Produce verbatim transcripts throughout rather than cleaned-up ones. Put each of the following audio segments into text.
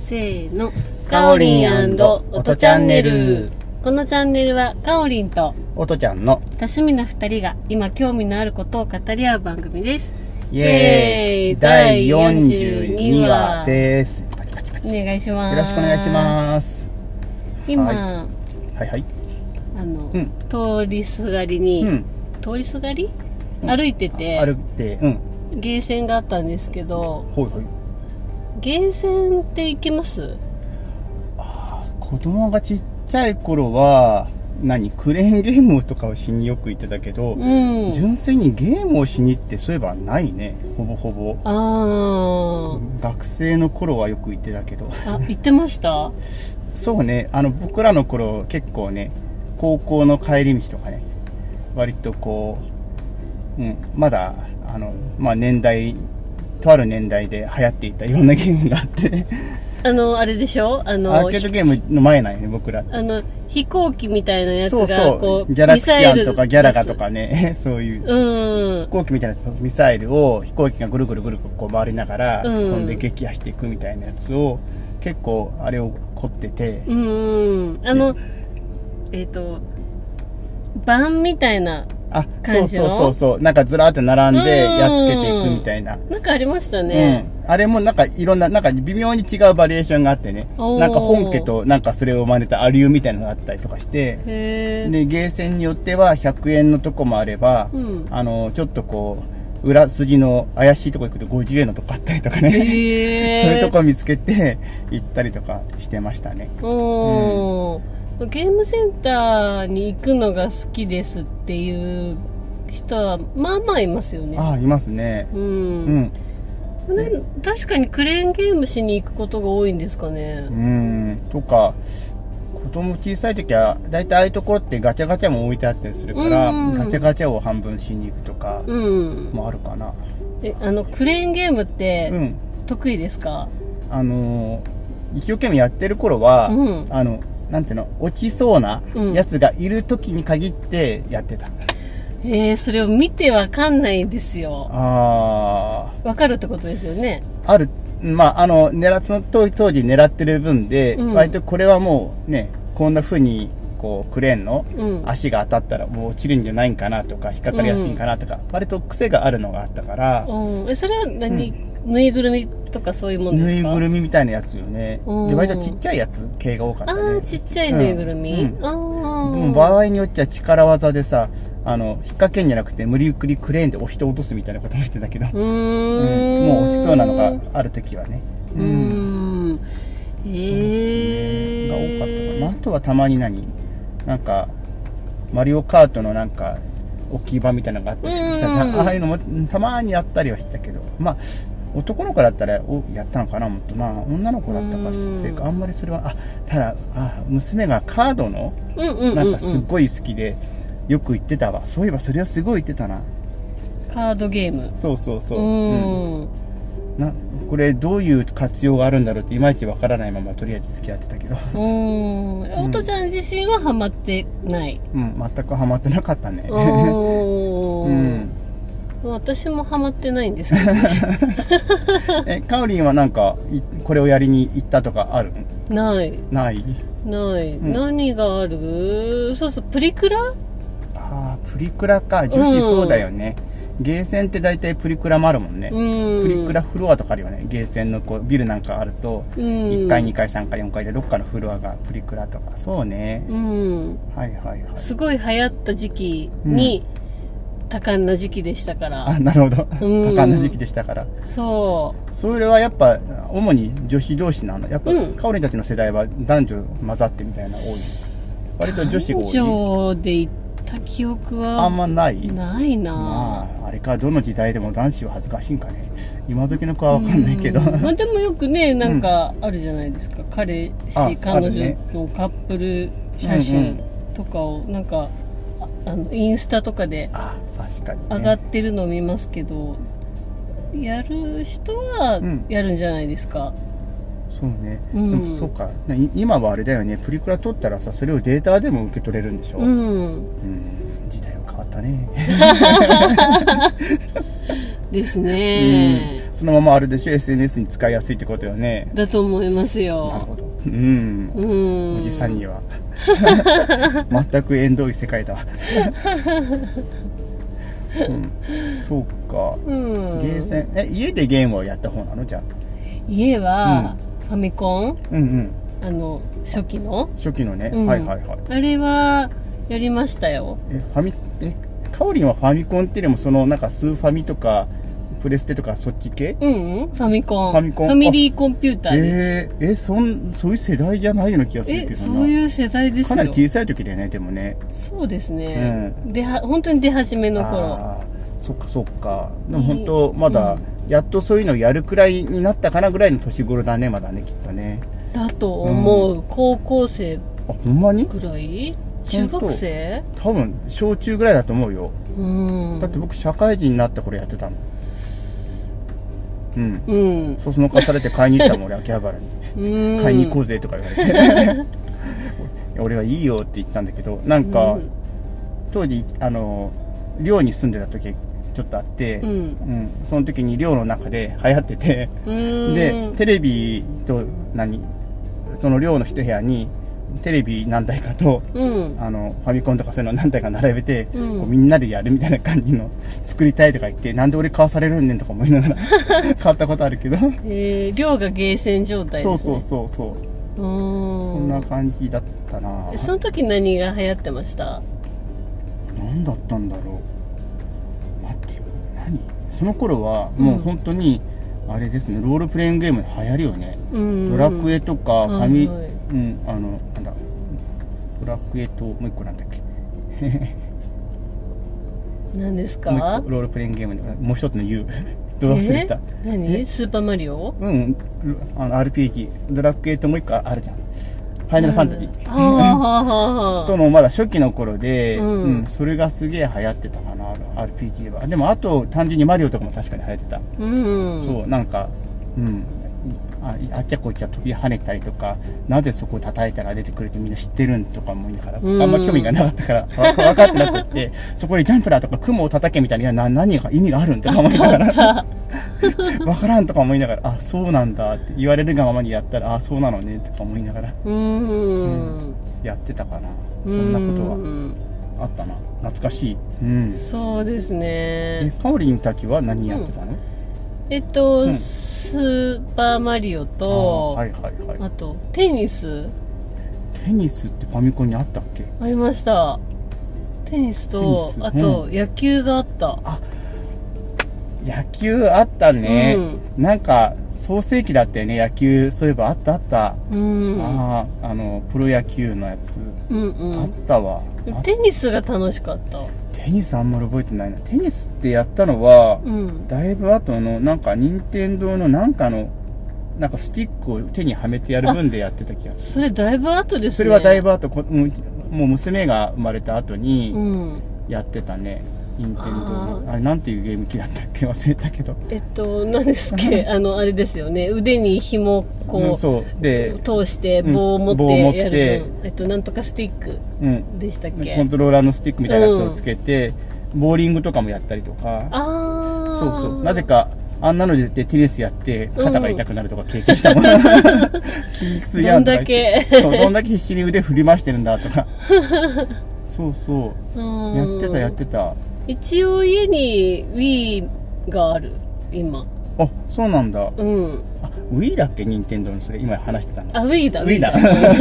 せーの、 かおりん&おとチャンネル。 このチャンネルはかおりんとおとちゃんの多趣味なふたりが今興味のあることを語り合う番組です。 イエーイだいよんじゅうにわです。パチパチパチお願いします。 よろしくお願いします。 今、 はい、はいはいあの、 うん、 通りすがりに、うん、通りすがり、うん、歩いてて歩いて、うん、 ゲーセンがあったんですけど、 はいはい、 ゲーセンって行けます？ あ、子供がちっちゃい頃は何クレーンゲームとかをしによく行ってたけど、うん、純粋にゲームをしに行ってそういえばないね、ほぼほぼ。ああ、学生の頃はよく行ってたけど。 あ、行ってました？ そうね、あの僕らの頃結構ね、高校の帰り道とかね、割とこう、うん、まだあの、まあ、年代とある年代で流行っていたいろんなゲームがあってあのあれでしょ、あのアーケードゲームの前なんよね、僕ら。 あの飛行機みたいなやつが、 そうそう、 こうギャラクシアンとかギャラガとかねそういう、うん、飛行機みたいなミサイルを飛行機がぐるぐるぐるこう回りながら、うん、飛んで撃破していくみたいなやつを結構あれを凝ってて、うん、 あのえっ、ー、と盤みたいな感じの、 あ、そうそうそうそう、なんかずらーって並んでやっつけていくみたいな、 なんかありましたね、 うん、あれもなんかいろんななんか微妙に違うバリエーションがあってね、なんか本家となんかそれを真似たアリューみたいなのがあったりとかして、へでゲーセンによってはひゃくえんのとこもあれば、うん、あのちょっとこう裏筋の怪しいとこ行くとごじゅうえんのとこあったりとかね、そういうとこ見つけて行ったりとかしてましたね。おー、 うん、ゲームセンターに行くのが好きですっていう人はまあまあいますよね。 ああ、いますね。うん、 うん、ね、確かにクレーンゲームしに行くことが多いんですかね。 うん、とか子供小さい時はだいたいああいうところってガチャガチャも置いてあったりするから、うん、ガチャガチャを半分しに行くとかもあるかな、うん、 え、あのクレーンゲームって得意ですか？ うん、あの一生懸命やってる頃は、うん、あのなんていうの、落ちそうなやつがいる時に限ってやってた、うん、 えー、それを見てわかんないんですよ。ああ、わかるってことですよね。 ある、まああの狙その当時狙ってる分で、うん、割とこれはもうね、こんな風にこうクレーンの足が当たったらもう落ちるんじゃないんかなとか、引っかかりやすいんかなとか、うん、割と癖があるのがあったから、うん、 え、それは何、うん、ぬいぐるみとかそういうもんですか？ ぬいぐるみみたいなやつよね。で割とちっちゃいやつ系が多かったね。 ああ、ちっちゃいぬいぐるみ、うんうん、あでも場合によっては力技でさ、あの引っ掛けんじゃなくて無理くりクレーンで押して落とすみたいなこともしてたけど、うーん、うん、もう落ちそうなのがある時はね、うん、うーん、えー、そうですね、が多かったかな。あとはたまに何なんかマリオカートのなんか置き場みたいなのがあったりした、ああいうのもたまにやったりはしてたけど、まあ男の子だったらおやったのかな、もっとな、女の子だったかせいかあんまりそれは、あ、ただあ娘がカードのなんかすっごい好きでよく言ってたわ。そういえばそれはすごい言ってたな。 カードゲーム。 そうそうそう。うん、なこれどういう活用があるんだろうっていまいちわからないままとりあえず付き合ってたけど。うん。 おとちゃん自身はハマってない。 うん、全くハマってなかったね。うん。私もハマってないんですけどね。 え、かおりんはなんかこれをやりに行ったとかある？ ない。 ない。 ない。うん、何がある？そうそう、プリクラ？ ああ、プリクラか。女子そうだよね。うん、ゲーセンって大体プリクラもあるもんね。うん、プリクラフロアとかあるよね。ゲーセンのこうビルなんかあると、うん、いっかい、にかい、さんかい、よんかいでどっかのフロアがプリクラとか。そうね。うん、はいはいはい。 すごい流行った時期に、うん、多感な時期でしたから。 あ、なるほど。多感な時期でしたから。 そう。 それはやっぱ、主に女子同士なの。やっぱ、かおりんたちの世代は男女混ざってみたいな多い。割と女子が多い。 男女で行った記憶はあんまない。 ないな。 まあ、あれか、どの時代でも男子は恥ずかしいんかね。今時の子はわかんないけど。 まあでもよくね、なんかあるじゃないですか。うん、彼氏、彼女のカップル写真とかを、なんか、あのインスタとかで上がってるのを見ますけど、ね、やる人はやるんじゃないですか。 うん、そうね、うん、でもそうか、今はあれだよね、プリクラ撮ったらさ、それをデータでも受け取れるんでしょ。うん、うん、時代は変わったね。 ですね、 うん、 そのままあるでしょ、 エスエヌエス に使いやすいってことよね。 だと思いますよ。 なるほど。うん。うん。おじさんには。全く縁遠い世界だ。うん、そうか。うん。ゲーセン、え、家でゲームをやった方なのじゃあ。 家は、ファミコン、 うんうん。 あの、初期の初期のね。うん、はいはいはい。 あれは、やりましたよ。 え、ファミ、え、かおりんはファミコンっていうよりも、その、なんかスーファミとか、プレステとかそっち系？ うん、うん、ファミコン。 ファミコン。 ファミリーコンピューターです。 えー、え、そん、そういう世代じゃないような気がするけどな。 え、そういう世代ですよ。 かなり小さい時だよね、でもね。 そうですね。うん、では、本当に出始めの頃。 ああ、そっかそっか。でも本当、まだ、やっとそういうのをやるくらいになったかなぐらいの年頃だね、まだね、きっとね。 だと思う。うん、高校生。 あ、ほんまに？ ぐらい？中学生？ 多分、小中ぐらいだと思うよ。 うん。 だって僕、社会人になった頃やってたの。うん。 うん。 そそのかされて買いに行ったもん、俺、秋葉原に。うん。買いに行こうぜとか言われて。俺はいいよって言ったんだけど、なんか、うん、当時、あの、寮に住んでた時、ちょっとあって、うん、うん、その時に寮の中で流行ってて、で、テレビと何、その寮の一部屋に、テレビ何台かと、うん、あのファミコンとかそういうの何台か並べて、うん、こうみんなでやるみたいな感じの作りたいとか言って、なんで俺買わされるんねんとか思いながら買ったことあるけど、 えー、寮がゲーセン状態ですね。 そうそうそうそう、そんな感じだったな。 その時何が流行ってました？ 何だったんだろう、待ってよ、何、その頃はもう本当に、うん、あれですね、ロールプレイングゲーム流行るよね、うん、ドラクエとかファミ、はいはい、うん、あの、なんだ、ドラクエと、もう一個なんだっけ。 何ですか？ もうロールプレイングゲームで、もう一つの U。どう忘れた。 何？スーパーマリオ？ うん、あの、アールピージー。ドラクエともう一個あるじゃん。ファイナルファンタジー。とのまだ初期の頃で、うん、うん、それがすげえ流行ってたかな、アールピージー は。でも、あと、単純にマリオとかも確かに流行ってた。うん、そう、なんか、うん。あ, あっちゃこっちゃ飛び跳ねたりとか、なぜそこを叩いたら出てくるってみんな知ってるんとか思いながら、あんま興味がなかったから分かってなくって、そこでジャンプだとか雲を叩けみたいな、いやな何が意味があるんとか思いながら分からんとか思いながら、あ、そうなんだって言われるがままにやったら、あ、そうなのねとか思いながら、うん、うん、やってたかな。そんなことはあったな。懐かしい。うん、そうですね。え、かおりんたちは何やってたの？うん、 えっと、うん、スーパーマリオと、あ、はいはいはい、あとテニス。 テニスってファミコンにあったっけ？ ありました。テニスと、あと、うん、野球があった。 あ、野球あったね、うん、なんか創世紀だったよね、野球。そういえばあったあった、うん、ああ、あのプロ野球のやつ、うんうん、あったわ。 テニスが楽しかった。 テニスあんまり覚えてないな。テニスってやったのは、うん、だいぶ後の、なんか任天堂のなんかのなんかスティックを手にはめてやる分でやってた気がする。 それだいぶ後ですね。 それはだいぶ後、もう娘が生まれた後にやってたね、うん、任天堂の。あれなんていうゲーム機だったっけ、忘れたけど。 えっと何ですっけあのあれですよね、腕に紐こう、そうで通して棒を持ってやる分、えっとなんとかスティックでしたっけ、うん、 コントローラーのスティックみたいなやつをつけて、うん、ボーリングとかもやったりとか。 ああ、 そうそう、なぜかあんなのでテニスやって肩が痛くなるとか経験したもん、うん、筋肉痛やんとか言って、どんだけそうどんだけ必死に腕振り回してるんだとかそうそう、うん、やってたやってた。 一応家に Wii がある今。 あ、そうなんだ。 うん。 あ、Wii だっけ、任天堂の。それ今話してたの。 あ、Wii だ Wii だ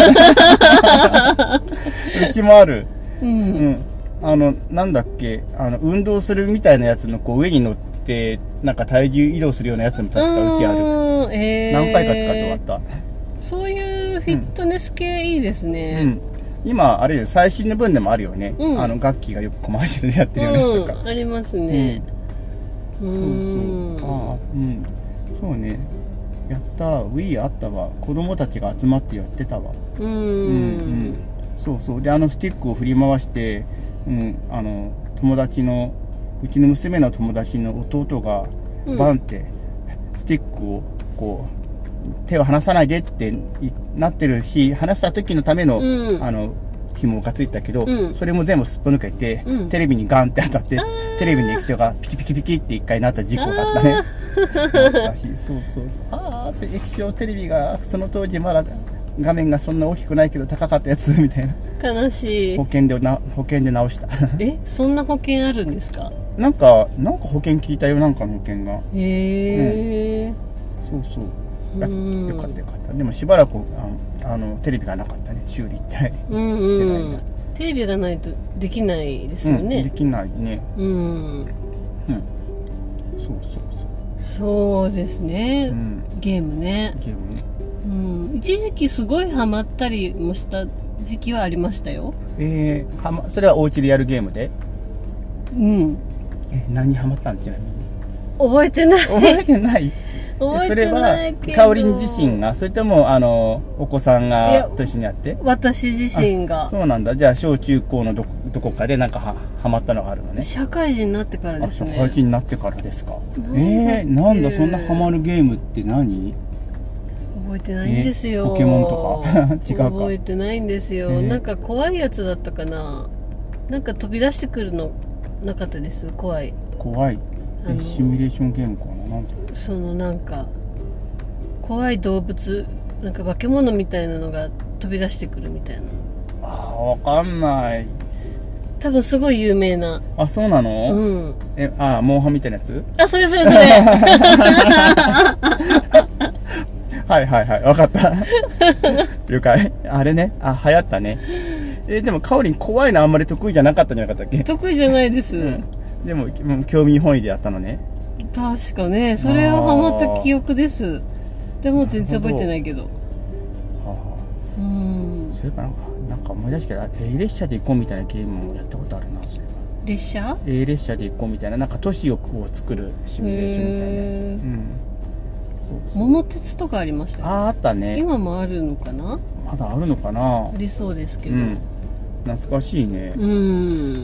うちもある。うん、うん、あのなんだっけ、あの運動するみたいなやつのこう上に乗ってなんか体重移動するようなやつも確かうちある。えー、何回か使って終わった。 そういうフィットネス系いいですね。うんうん、 今あれ最新の分でもあるよね、うん、あの楽器がよくコマーシャルでやってるようなやつとか、 うん、ありますね、 うん、そうそう、ああ、うん、そうね、やった。 Wii あったわ。子供たちが集まってやってたわ。うん、うんうん、そうそう。であのスティックを振り回して、うん、あの友達のうちの娘の友達の弟がバンってスティックをこう手を離さないでってなってるし、離した時のための、うん、あの紐がついたけど、うん、それも全部すっぽ抜けて、うん、テレビにガンって当たってテレビの液晶がピキピキピキって一回なった事故があったね。 懐かしい。そうそうそう。あーって液晶テレビがその当時まだ画面がそんな大きくないけど高かったやつみたいな。 悲しい。 保険でな保険で直した。 え、そんな保険あるんですか？ なんかなんか保険聞いたよ、なんかの保険が。 へえ、 うん、そうそう。 うん、 よかったよかった。でもしばらくあのあのテレビがなかったね、修理ってうんうん。テレビがないとできないですよね。 うん、できないね。 うん。 うん。そうそうそう。 そうですね。うん、ゲームね。 ゲームね。 うん。一時期すごいハマったりもした時期はありましたよ。 ええー、はま、それはお家でやるゲームで？ うん。 え、何にハマったんちなみに？ 覚えてない。 覚えてない。 覚えてないけど。 それはかおりん自身が、それともあのお子さんがと一緒にやって？私自身が。 そうなんだ。じゃあ小中高のどどこかでなんかはハマったのがあるのね。 社会人になってからですね。 あ、社会人になってからですか。えー、なんだそんなハマるゲームって何？ 覚えてないんですよ。 ポケモンとか違うか。 覚えてないんですよ。なんか怖いやつだったかな。なんか飛び出してくるのなかったです。怖い。 怖い。え、シミュレーションゲームかな。なんて。 そのなんか怖い動物、なんか化け物みたいなのが飛び出してくるみたいな。 ああ、わかんない。 多分すごい有名な。 あ、そうなの？うん。え、あ、モンハンみたいなやつ？ あ、それそれそれ。 はいはいはい、わかった。了解。あれね、あ、流行ったね。え、でもかおりん怖いのあんまり得意じゃなかったんじゃなかったっけ？ 得意じゃないです。うん、 でも、興味本位でやったのね。 確かね、それはハマった記憶です。でも全然覚えてないけど。はあ、うん。そういえばなんか、なんか思い出したけど、A 列車で行こうみたいなゲームもやったことあるな、そういえば。 列車？ A 列車で行こうみたいな、なんか都市を作るシミュレーションみたいなやつ。うん。 そうそう。桃鉄とかありましたよね。 あ、あったね。 今もあるのかな？ まだあるのかな？ ありそうですけど。うん、 懐かしいね。うん。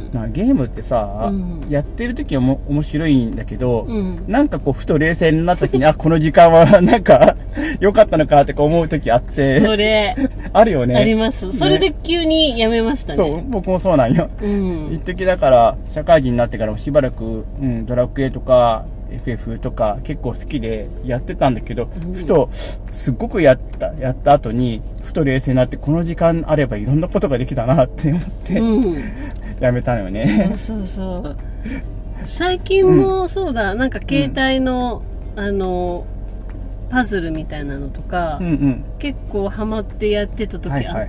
なゲームってさ、うん、やってる時はも面白いんだけど、うん、なんかこうふと冷静になった時にあこの時間はなんか良かったのかって思う時あって。 それあるよね。 あります。それで急にやめましたね。 そう、僕もそうなんよ。うん、一時だから社会人になってからもしばらく、うん、ドラクエとか。エフエフ とか結構好きでやってたんだけど、うん、ふとすっごくやったやった後にふと冷静になってこの時間あればいろんなことができたなって思って、うん、やめたのよね。 そうそうそう。最近もそうだ、うん、なんか携帯の、うん、あのパズルみたいなのとか、うんうん、結構ハマってやってた時あって、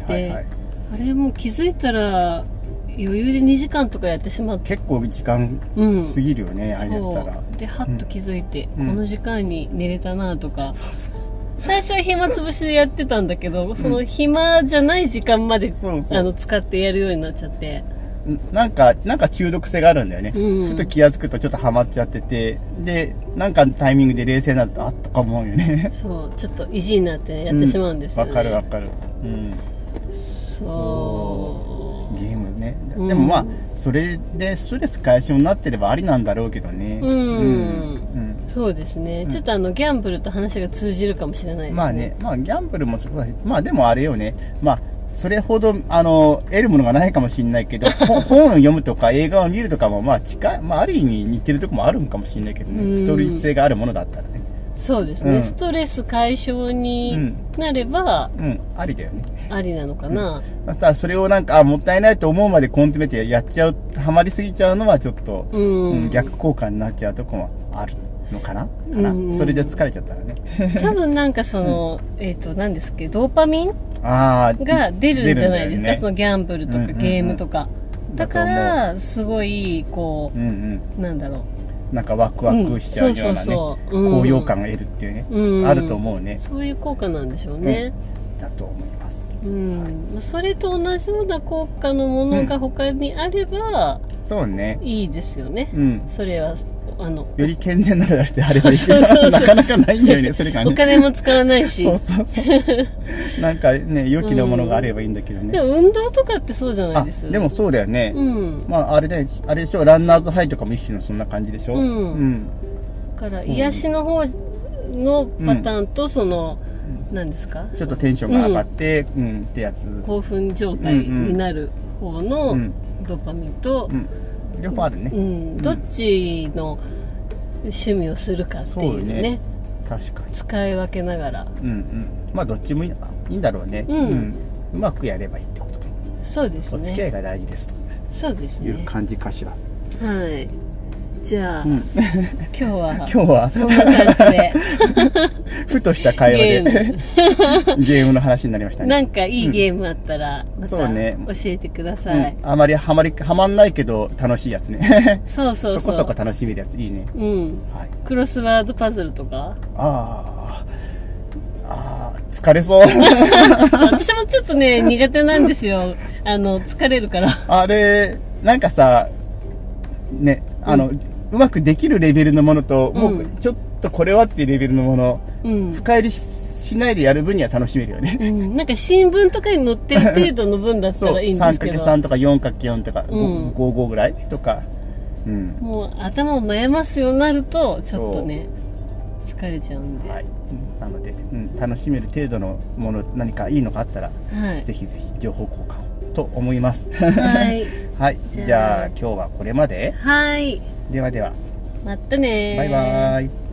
あれもう気づいたら余裕でにじかんとかやってしまって、 結構時間過ぎるよね、うん、あれやったら。 でハッと気づいて、うん、この時間に寝れたなとか、うん、そうそうそう、最初は暇つぶしでやってたんだけど、その暇じゃない時間まで、うん、あの使ってやるようになっちゃって、 なんかなんか中毒性があるんだよね、うん、ふと気が付くとちょっとハマっちゃってて、でなんかタイミングで冷静になるとあっとか思うよね。 そう、ちょっと意地になってやってしまうんですよね。 わ、うん、かるわかる、うん、 そう、そうゲームね。でもまあ、うん、それでストレス解消になってればありなんだろうけどね。うん、うん、 そうですね、うん、ちょっとあのギャンブルと話が通じるかもしれないですね。 まあね、まあギャンブルもそうだし、まあでもあれよね、まあそれほどあの得るものがないかもしれないけど本を読むとか映画を見るとかもまあ近い、まあ、ある意味似てるところもあるんかもしれないけどね、うん、ストレス性があるものだったらね。 そうですね、うん、ストレス解消になれば、 うん、うん、ありだよね。 ありなのかな。 うん、ただそれをなんかあもったいないと思うまで根詰めてやっちゃう、ハマりすぎちゃうのはちょっと、うんうん、逆効果になっちゃうとこもあるのかな、かな、うん、それで疲れちゃったらね。 多分なんかその、うん、えっと何ですっけ、ドーパミンが出るんじゃないですか、ね、そのギャンブルとかゲームとか、うんうんうん、だからすごいこう、うんうん、なんだろう、なんかワクワクしちゃうようなね、高揚感が得るっていうね、うん、あると思うね。 そういう効果なんでしょうね、 うん、だと思います、 うん、はい、それと同じような効果のものが他にあれば、うん、そうね、いいですよね、うん、それはあのより健全なのであればいいけど、なかなかないんだよね、それがね。 お金も使わないし。 そうそうそう。なんかね、良きなものがあればいいんだけどね。うん、 でも運動とかってそうじゃないです。 でもそうだよね。うん。まああれで、あれでしょ、ランナーズハイとかも一種のそんな感じでしょ。うん。うん。 だから癒しの方のパターンとその、うん、何ですか？ ちょっとテンションが上がって、うん、うん、ってやつ。 興奮状態になる方のドーパミンと、 うん、両方あるね。 うん。どっちの趣味をするかっていうね、ね、 確かに使い分けながら、 うんうん、まあどっちもいい、いいんだろうね、うんうん、うまくやればいいってことで、 そうですね、 お付き合いが大事ですと、 そうですね、 いう感じかしら。 はい。じゃあ、うん、今日は今日はそんな感じでふとした会話でゲームゲームの話になりましたね。 なんかいいゲームあったらまた教えてください。うんうん、 あまりはまりはまんないけど楽しいやつね。 そうそうそう。 そこそこ楽しめるやついいね。 うん。はい、クロスワードパズルとか。 ああ。ああ疲れそう。 私もちょっとね苦手なんですよ。あの疲れるから。あれなんかさねあの。うんうまくできるレベルのものと、うん、もうちょっとこれはっていうレベルのもの、うん、深入りしないでやる分には楽しめるよね、うん、 なんか新聞とかに載ってる程度の分だったらいいんですけどさんかけさん とか よんかけよん とか、うん、ごじゅうごぐらいとか、 うん、もう頭を悩ますようになるとちょっとね疲れちゃうんで、はい、 なので、うん、楽しめる程度のもの何かいいのがあったら、はい、ぜひぜひ情報交換をと思います。はい、はい、じゃあ今日はこれまで。 はい。 ではでは。 またね。 バイバイ。